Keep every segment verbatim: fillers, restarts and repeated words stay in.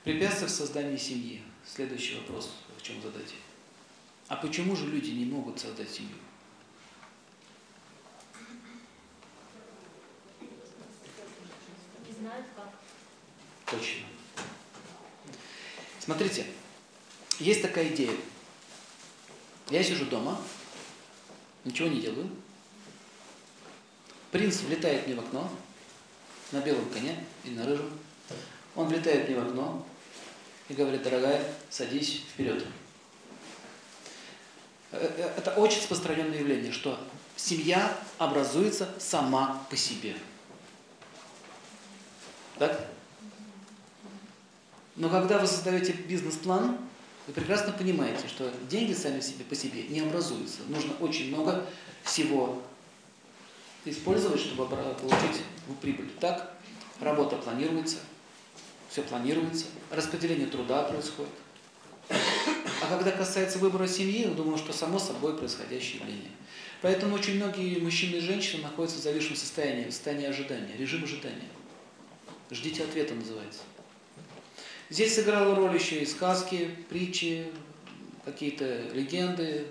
Препятствия в создании семьи. Следующий вопрос, в чем задать. А почему же люди не могут создать семью? Не знают как. Точно. Смотрите, есть такая идея. Я сижу дома, ничего не делаю. Принц влетает мне в окно, на белом коне или на рыжем. Он влетает мне в окно и говорит: дорогая, садись вперед. Это очень распространенное явление, что семья образуется сама по себе. Так? Но когда вы создаете бизнес-план, вы прекрасно понимаете, что деньги сами себе по себе не образуются. Нужно очень много всего использовать, чтобы получить прибыль. Так, работа планируется, все планируется, распределение труда происходит. А когда касается выбора семьи, я думаю, что само собой происходящее явление. Поэтому очень многие мужчины и женщины находятся в зависшем состоянии, в состоянии ожидания, режим ожидания. Ждите ответа называется. Здесь сыграла роль еще и сказки, притчи, какие-то легенды.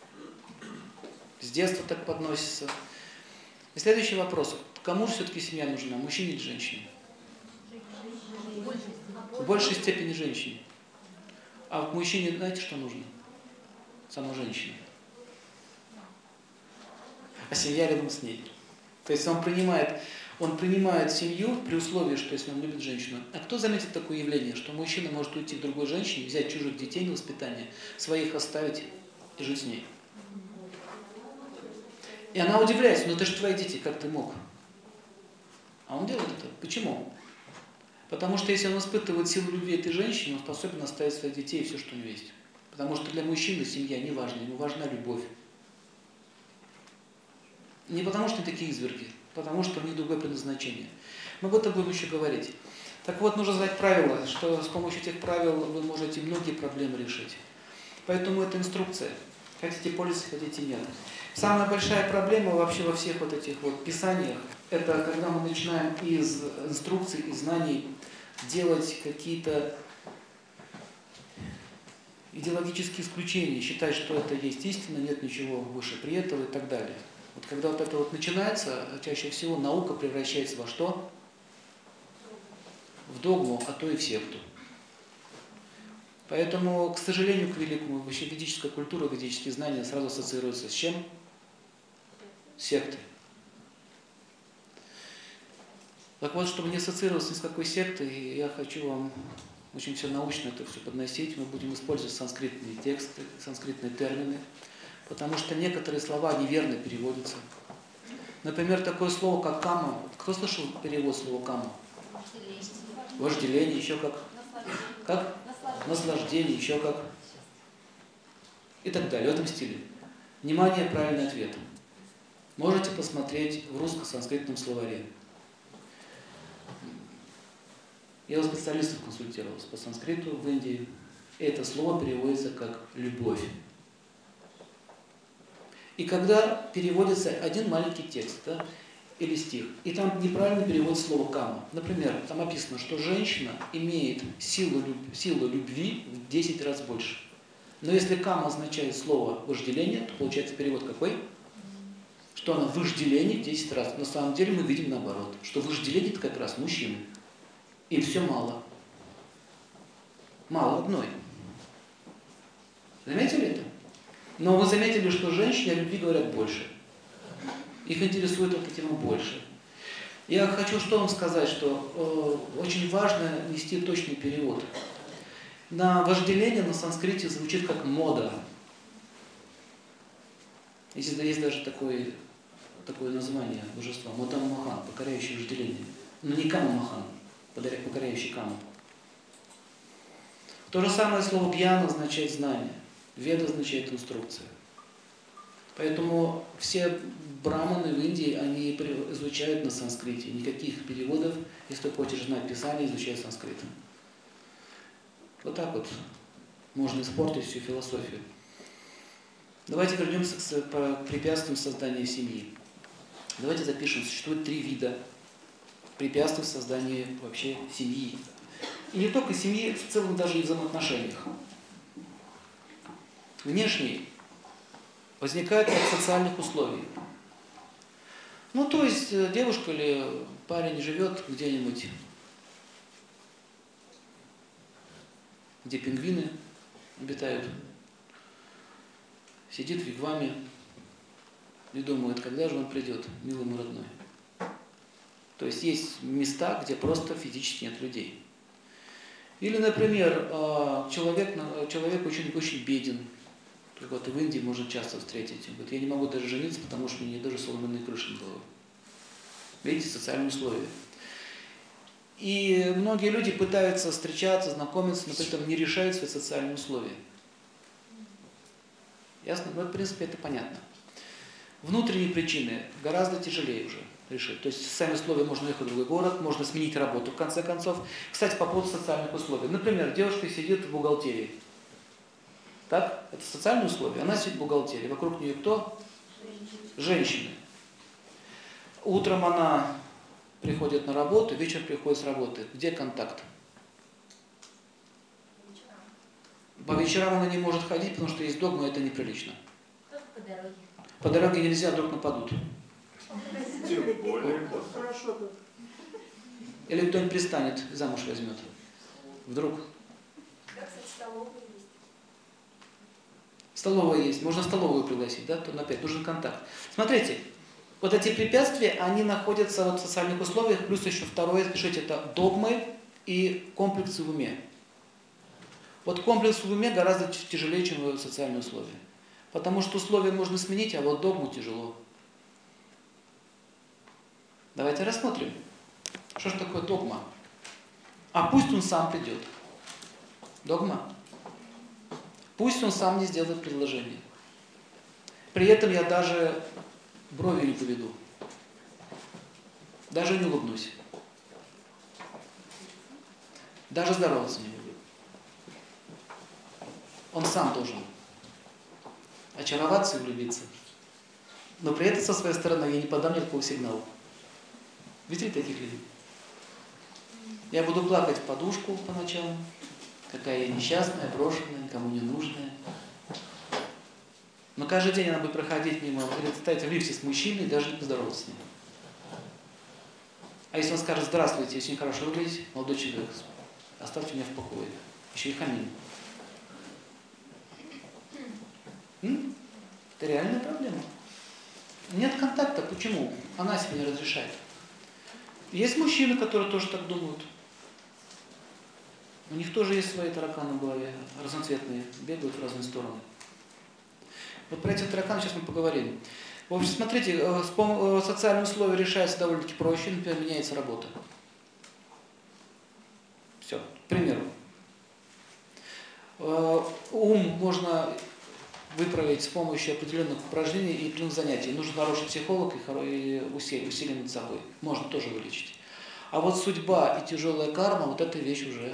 С детства так подносится. И следующий вопрос. Кому же все-таки семья нужна, мужчине или женщине? В большей степени женщине. А к мужчине знаете, что нужно? Сама женщина. А семья рядом с ней. То есть он принимает, он принимает семью при условии, что если он любит женщину. А кто заметит такое явление, что мужчина может уйти к другой женщине, взять чужих детей на воспитание, своих оставить и жить с ней? И она удивляется: ну это же твои дети, как ты мог? А он делает это. Почему? Потому что если он испытывает силу любви этой женщины, он способен оставить своих детей и все, что у него есть. Потому что для мужчины семья не важна, ему важна любовь. Не потому что они такие изверги, потому что у них другое предназначение. Мы об этом будем еще говорить. Так вот, нужно знать правила, что с помощью этих правил вы можете многие проблемы решить. Поэтому это инструкция. Хотите пользоваться, хотите нет. Самая большая проблема вообще во всех вот этих вот писаниях, это когда мы начинаем из инструкций и знаний делать какие-то идеологические исключения, считать, что это есть истина, нет ничего выше при этом и так далее. Вот когда вот это вот начинается, чаще всего наука превращается во что? В догму, а то и в секту. Поэтому, к сожалению, к великому, вообще ведическая культура, ведические знания сразу ассоциируются с чем? С сектой. Так вот, чтобы не ассоциироваться ни с какой сектой, я хочу вам очень все научно это все подносить. Мы будем использовать санскритные тексты, санскритные термины, потому что некоторые слова неверно переводятся. Например, такое слово, как кама. Кто слышал перевод слова кама? Вожделение. Вожделение, еще как? Как? Наслаждение, еще как? И так далее, в этом стиле. Внимание, правильный ответ. Можете посмотреть в русско-санскритном словаре. Я у специалистов консультировался по санскриту в Индии. И это слово переводится как «любовь». И когда переводится один маленький текст, да, или стих, и там неправильно перевод слова «кама». Например, там описано, что женщина имеет силу, силу любви в десять раз больше. Но если «кама» означает слово «вожделение», то получается перевод какой? Что она вожделение в десять раз. На самом деле мы видим наоборот, что вожделение – это как раз мужчины. Им все мало. Мало одной. Заметили это? Но вы заметили, что женщины о любви говорят больше. Их интересует эта тема больше. Я хочу что вам сказать, что э, очень важно нести точный перевод. На вожделение на санскрите звучит как мода. Есть, есть даже такое, такое название божества. Модан Махан, покоряющий вожделение. Но не Кама Махан, покоряющий Каму. То же самое слово «гьяна» означает знание. Веда означает инструкция. Поэтому все браманы в Индии, они изучают на санскрите. Никаких переводов, если ты хочешь знать Писание, изучай санскрит. Вот так вот можно испортить всю философию. Давайте вернемся к препятствиям создания семьи. Давайте запишем, существует три вида препятствий в создании вообще семьи. И не только семьи, в целом даже и в взаимоотношениях. Внешний возникает от социальных условий. Ну, то есть девушка или парень живет где-нибудь, где пингвины обитают, сидит в вигваме и думает, когда же он придет, милый мой родной. То есть есть места, где просто физически нет людей. Или, например, человек, человек очень, очень беден. Вот и в Индии можно часто встретить. Он говорит, я не могу даже жениться, потому что у меня даже соломенные крыши над головой. Видите, социальные условия. И многие люди пытаются встречаться, знакомиться, но при этом не решают свои социальные условия. Ясно? Ну, в принципе, это понятно. Внутренние причины гораздо тяжелее уже решить. То есть социальные условия, можно ехать в другой город, можно сменить работу в конце концов. Кстати, по поводу социальных условий. Например, девушка сидит в бухгалтерии. Так? Это социальные условия. Она сидит в бухгалтерии. Вокруг нее кто? Женщины. Утром она приходит на работу, вечером приходит с работы. Где контакт? По вечерам она не может ходить, потому что есть догма, это неприлично. По дороге. По дороге нельзя, вдруг нападут. Тем более. Хорошо. Или кто-нибудь пристанет, замуж возьмет. Вдруг. Как, кстати, столовая есть. Столовая есть, можно столовую пригласить, да? То опять нужен контакт. Смотрите, вот эти препятствия, они находятся вот в социальных условиях, плюс еще второе, пишите, это догмы и комплексы в уме. Вот комплекс в уме гораздо тяжелее, чем социальные условия. Потому что условия можно сменить, а вот догму тяжело. Давайте рассмотрим, что же такое догма. А пусть он сам придет. Догма. Пусть он сам не сделает предложение. При этом я даже бровью не поведу. Даже не улыбнусь. Даже здороваться не буду. Он сам должен очароваться и влюбиться. Но при этом со своей стороны я не подам никакого сигнала. Видели таких людей? Я буду плакать в подушку по ночам, какая я несчастная, брошенная, никому не нужная. Но каждый день она будет проходить мимо, или стоять в лифте с мужчиной, и даже не поздороваться с ним. А если он скажет, здравствуйте, очень хорошо выглядите, молодой человек, оставьте меня в покое. Еще и хамин. М? Это реальная проблема. Нет контакта. Почему? Она себе не разрешает. Есть мужчины, которые тоже так думают. У них тоже есть свои тараканы в голове, разноцветные, бегают в разные стороны. Вот про этих тараканов сейчас мы поговорим. В общем, смотрите, социальные условия решаются довольно-таки проще, например, меняется работа. Все, к примеру. Ум можно выправить с помощью определенных упражнений и определенных занятий. Нужен хороший психолог и усилие над собой. Можно тоже вылечить. А вот судьба и тяжелая карма, вот эта вещь уже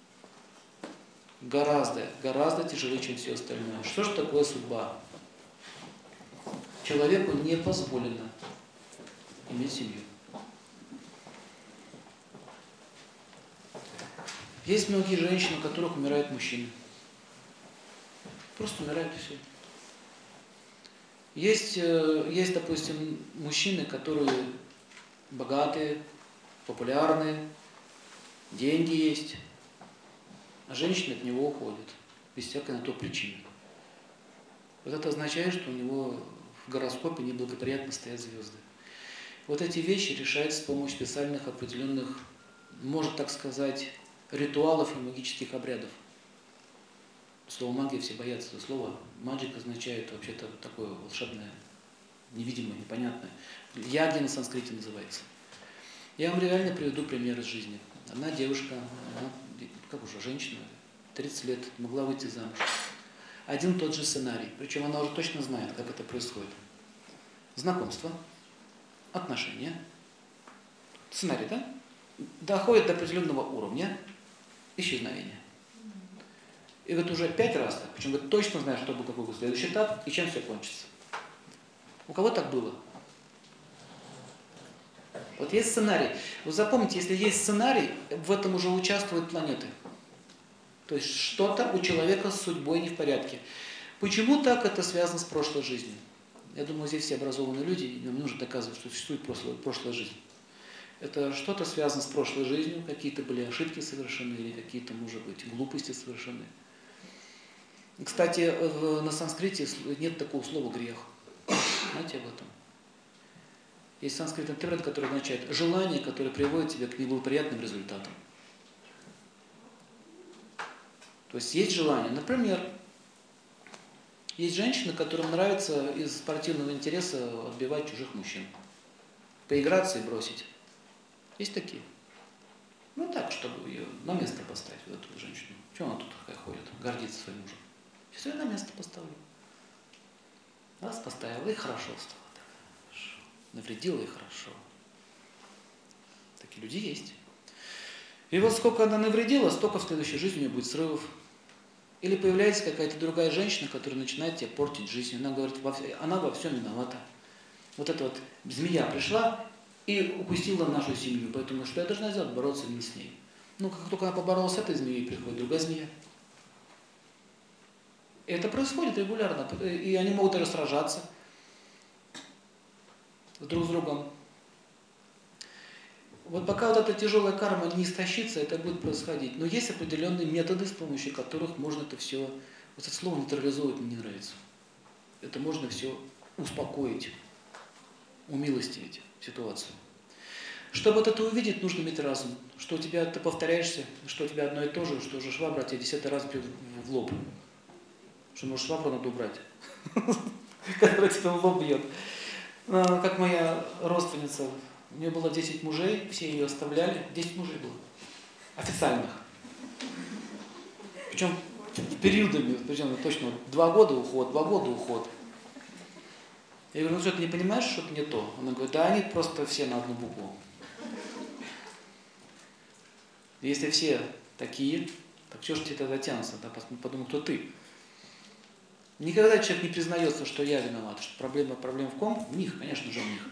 гораздо, гораздо тяжелее, чем все остальное. Что же такое судьба? Человеку не позволено иметь семью. Есть многие женщины, у которых умирают мужчины. Просто умирают и все. Есть, есть, допустим, мужчины, которые богатые, популярные, деньги есть, а женщины от него уходят, без всякой на то причины. Вот это означает, что у него в гороскопе неблагоприятно стоят звезды. Вот эти вещи решаются с помощью специальных определенных, можно так сказать, ритуалов и магических обрядов. Слово магия, все боятся этого слова. Маджик означает вообще-то такое волшебное, невидимое, непонятное. Ягья на санскрите называется. Я вам реально приведу пример из жизни. Одна девушка, она, как уже женщина, тридцать лет, могла выйти замуж. Один тот же сценарий. Причем она уже точно знает, как это происходит. Знакомство, отношения, сценарий, да? Доходит до определенного уровня, исчезновение. И вот уже пять раз так, причем вы точно знаете, что был какой будет следующий этап и чем все кончится. У кого так было? Вот есть сценарий. Вы запомните, если есть сценарий, в этом уже участвуют планеты. То есть что-то у человека с судьбой не в порядке. Почему так это связано с прошлой жизнью? Я думаю, здесь все образованные люди, и нам нужно доказывать, что существует прошлая, прошлая жизнь. Это что-то связано с прошлой жизнью, какие-то были ошибки совершены, или какие-то, может быть, глупости совершены. И, кстати, на санскрите нет такого слова «грех». Знаете об этом? Есть санскритный термин, который означает желание, которое приводит тебя к неблагоприятным результатам. То есть есть желание. Например, есть женщины, которым нравится из спортивного интереса отбивать чужих мужчин. Поиграться и бросить. Есть такие? Ну так, чтобы ее на место поставить, вот эту женщину. Чего она тут такая ходит, гордится своим мужем? Все, я на место поставлю. Раз поставила, и хорошо стало. Хорошо. Навредила, и хорошо. Такие люди есть. И вот сколько она навредила, столько в следующей жизни у нее будет срывов. Или появляется какая-то другая женщина, которая начинает тебе портить жизнь. Она говорит, она во всем виновата. Вот эта вот змея пришла и упустила нашу семью. Поэтому что я должна сделать? Бороться не с ней. Ну, как только она поборолась с этой змеей, приходит другая змея. И это происходит регулярно. И они могут даже сражаться друг с другом. Вот пока вот эта тяжелая карма не истощится, это будет происходить. Но есть определенные методы, с помощью которых можно это все, вот это слово нейтрализовать мне не нравится. Это можно все успокоить, умилостивить ситуацию. Чтобы вот это увидеть, нужно иметь разум. Что у тебя ты повторяешься, что у тебя одно и то же, что уже швабра тебе десятый раз бьет в лоб. Что, может, швабру надо убрать, которая тебя в лоб бьет. Как моя родственница. У нее было десять мужей, все ее оставляли. десять мужей было. Официальных. Причем периодами, причем точно два года уход, два года уход. Я говорю, ну что, ты не понимаешь, что-то не то? Она говорит, да они просто все на одну букву. Если все такие, так что ж тебе тогда тянутся? Да, подумай, кто ты. Никогда человек не признается, что я виноват, что проблема, проблема в ком? В них, конечно же, в них.